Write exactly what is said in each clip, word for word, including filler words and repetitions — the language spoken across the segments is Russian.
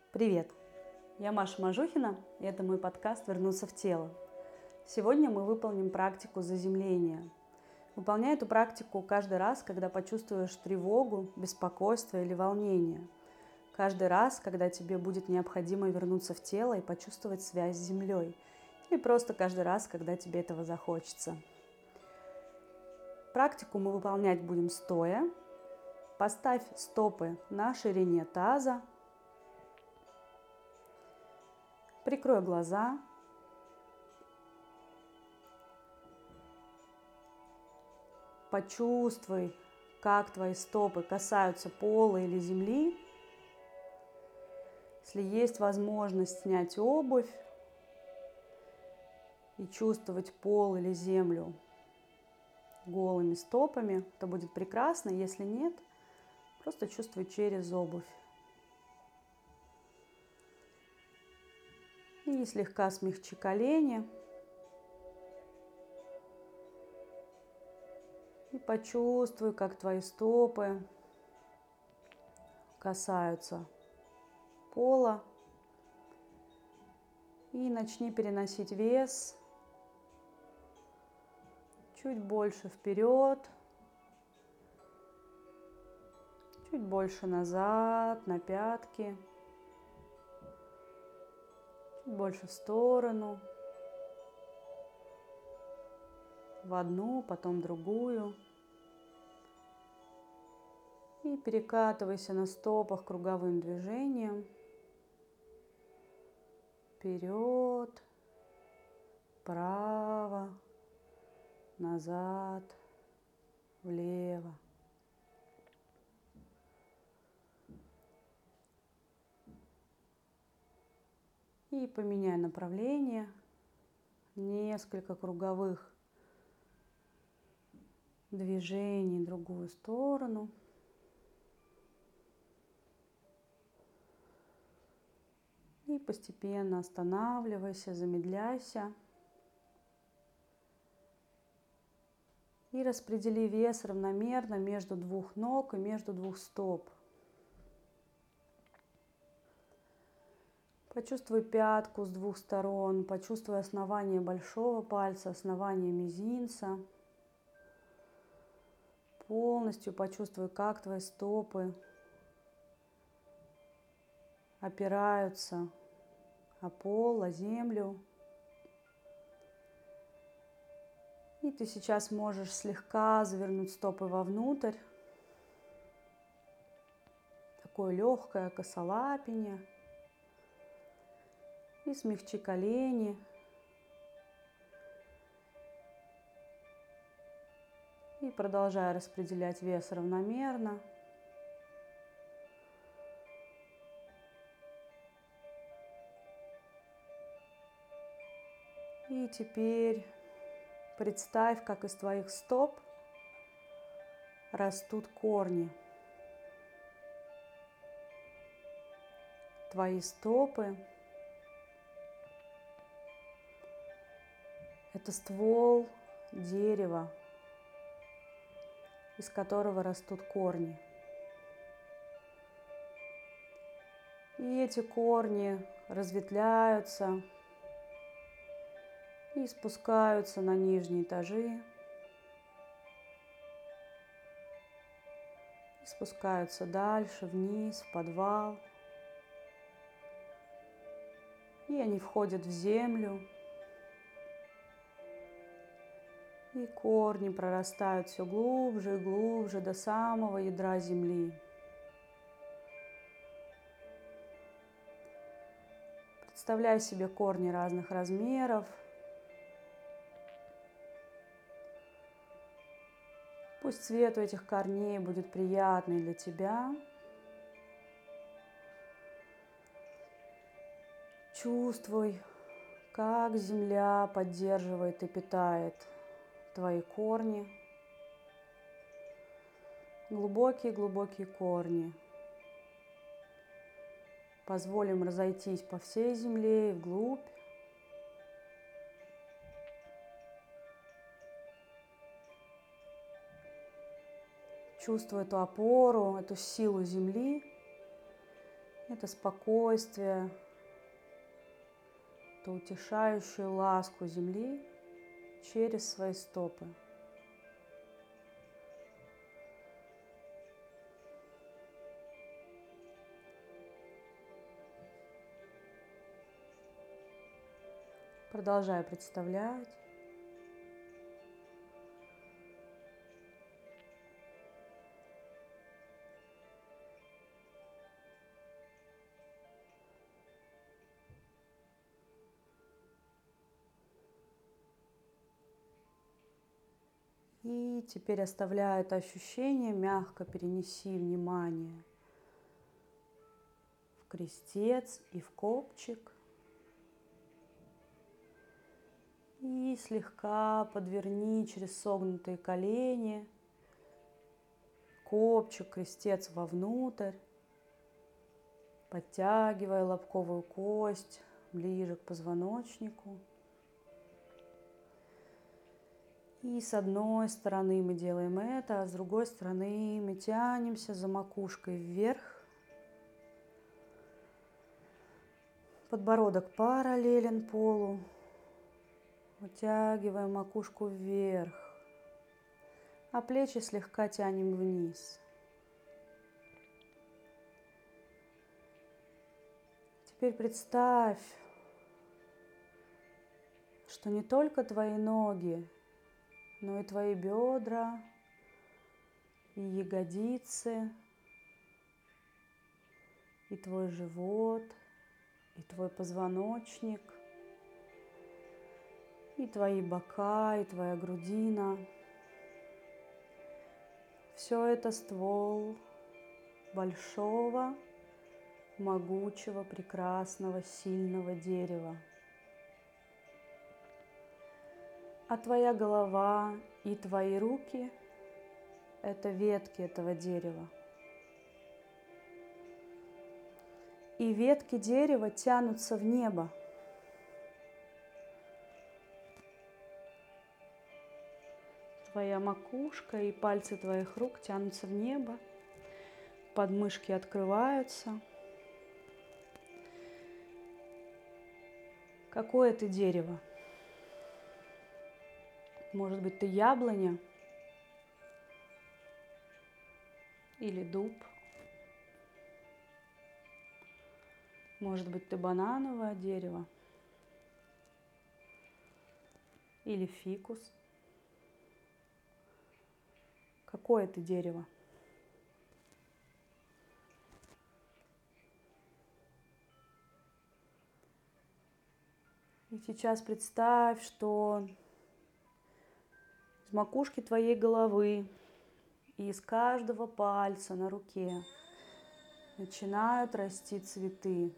Привет! Я Маша Мажухина, и это мой подкаст «Вернуться в тело». Сегодня мы выполним практику заземления. Выполняй эту практику каждый раз, когда почувствуешь тревогу, беспокойство или волнение. Каждый раз, когда тебе будет необходимо вернуться в тело и почувствовать связь с землей. Или просто каждый раз, когда тебе этого захочется. Практику мы выполнять будем стоя. Поставь стопы на ширине таза. Прикрой глаза. Почувствуй, как твои стопы касаются пола или земли. Если есть возможность снять обувь и чувствовать пол или землю голыми стопами, то будет прекрасно. Если нет, просто чувствуй через обувь. И слегка смягчи колени. И почувствуй, как твои стопы касаются пола. И начни переносить вес чуть больше вперед, чуть больше назад, на пятки, чуть больше в сторону, в одну, потом в другую. И перекатывайся на стопах круговым движением. Вперед, вправо, назад, влево. И поменяй направление. Несколько круговых движений в другую сторону. И постепенно останавливайся, замедляйся. И распредели вес равномерно между двух ног и между двух стоп. Почувствуй пятку с двух сторон, почувствуй основание большого пальца, основание мизинца. Полностью почувствуй, как твои стопы опираются о пол, о землю. И ты сейчас можешь слегка завернуть стопы вовнутрь. Такое легкое косолапение. И смягчи колени. И продолжай распределять вес равномерно. И теперь представь, как из твоих стоп растут корни. Твои стопы – это ствол дерева, из которого растут корни. И эти корни разветвляются и спускаются на нижние этажи, и спускаются дальше, вниз, в подвал. И они входят в землю, и корни прорастают все глубже и глубже до самого ядра земли. Представляй себе корни разных размеров. Пусть цвет у этих корней будет приятный для тебя. Чувствуй, как земля поддерживает и питает твои корни. Глубокие-глубокие корни. Позволим разойтись по всей земле и вглубь. Чувствуй эту опору, эту силу земли. это спокойствие, эту утешающую ласку земли через свои стопы. Продолжай представлять, и теперь, оставляя это ощущение, мягко перенеси внимание в крестец и в копчик. И слегка подверни через согнутые колени копчик, крестец вовнутрь, подтягивая лобковую кость ближе к позвоночнику. И с одной стороны мы делаем это, а с другой стороны мы тянемся за макушкой вверх. Подбородок параллелен полу. Вытягиваем макушку вверх, а плечи слегка тянем вниз. Теперь представь, что не только твои ноги, но и твои бедра, и ягодицы, и твой живот, и твой позвоночник, и твои бока, и твоя грудина. Все это ствол большого, могучего, прекрасного, сильного дерева. А твоя голова и твои руки – это ветки этого дерева. И ветки дерева тянутся в небо. Твоя макушка и пальцы твоих рук тянутся в небо, подмышки открываются. Какое ты дерево? Может быть, ты яблоня или дуб? Может быть, ты банановое дерево или фикус? Какое ты дерево? И сейчас представь, что из макушки твоей головы и из каждого пальца на руке начинают расти цветы.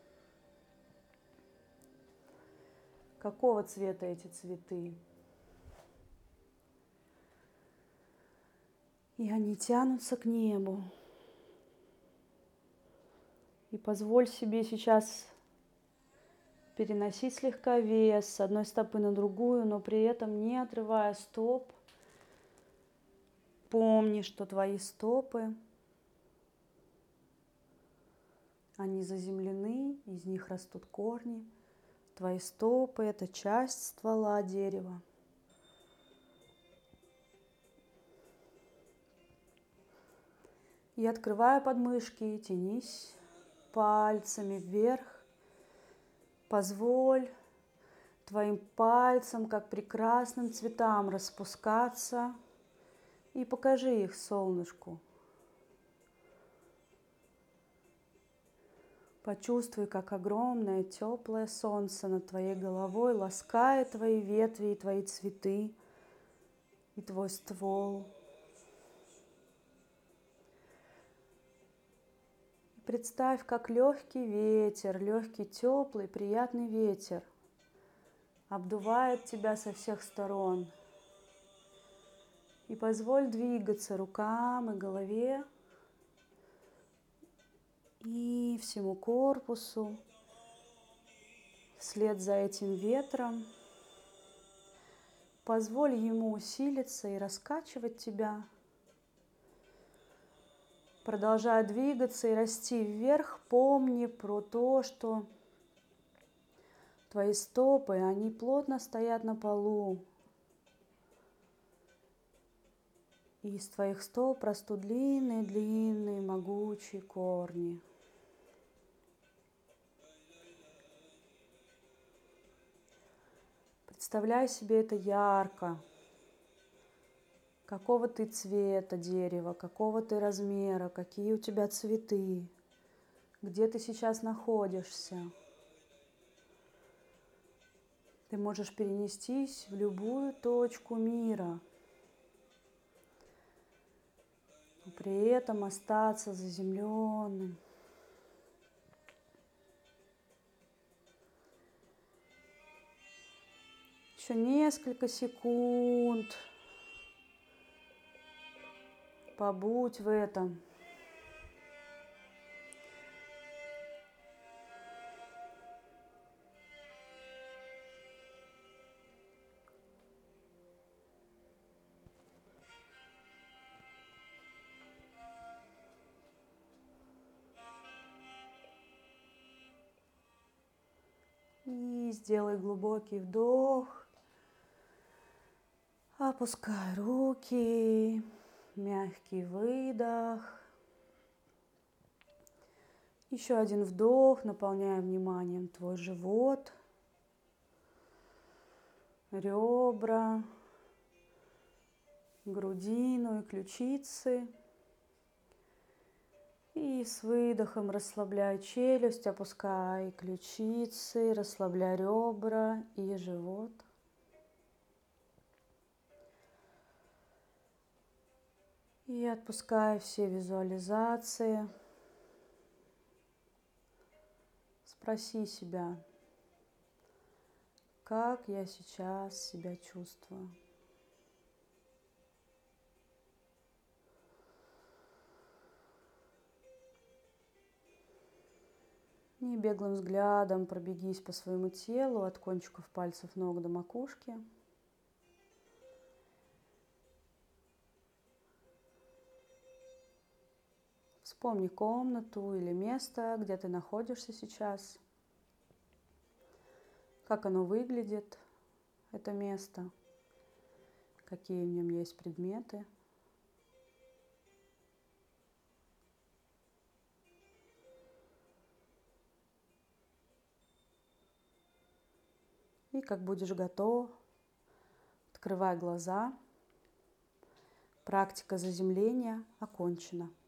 Какого цвета эти цветы? И они тянутся к небу. И позволь себе сейчас переносить слегка вес с одной стопы на другую, но при этом не отрывая стоп. Помни, что твои стопы, они заземлены, из них растут корни. Твои стопы – это часть ствола дерева. И открывая подмышки, тянись пальцами вверх. Позволь твоим пальцам, как прекрасным цветам, распускаться. И покажи их солнышку. Почувствуй, как огромное теплое солнце над твоей головой ласкает твои ветви и твои цветы, и твой ствол. Представь, как легкий ветер, легкий, теплый, приятный ветер обдувает тебя со всех сторон. И позволь двигаться рукам и голове, и всему корпусу вслед за этим ветром. Позволь ему усилиться и раскачивать тебя. Продолжая двигаться и расти вверх, помни про то, что твои стопы, они плотно стоят на полу. И из твоих стоп растут длинные-длинные могучие корни. Представляй себе это ярко. Какого ты цвета дерева, какого ты размера, какие у тебя цветы, где ты сейчас находишься. Ты можешь перенестись в любую точку мира, но при этом остаться заземленным. Еще несколько секунд побудь в этом. И сделай глубокий вдох. Опускай руки. Мягкий выдох. Еще один вдох, наполняя вниманием твой живот, ребра, грудину и ключицы. И с выдохом расслабляй челюсть, опускай ключицы, расслабляй ребра и живот. И отпускай все визуализации. Спроси себя, как я сейчас себя чувствую. И беглым взглядом пробегись по своему телу от кончиков пальцев ног до макушки. Вспомни комнату или место, где ты находишься сейчас. Как оно выглядит, это место. Какие в нем есть предметы. И как будешь готов, открывай глаза. Практика заземления окончена.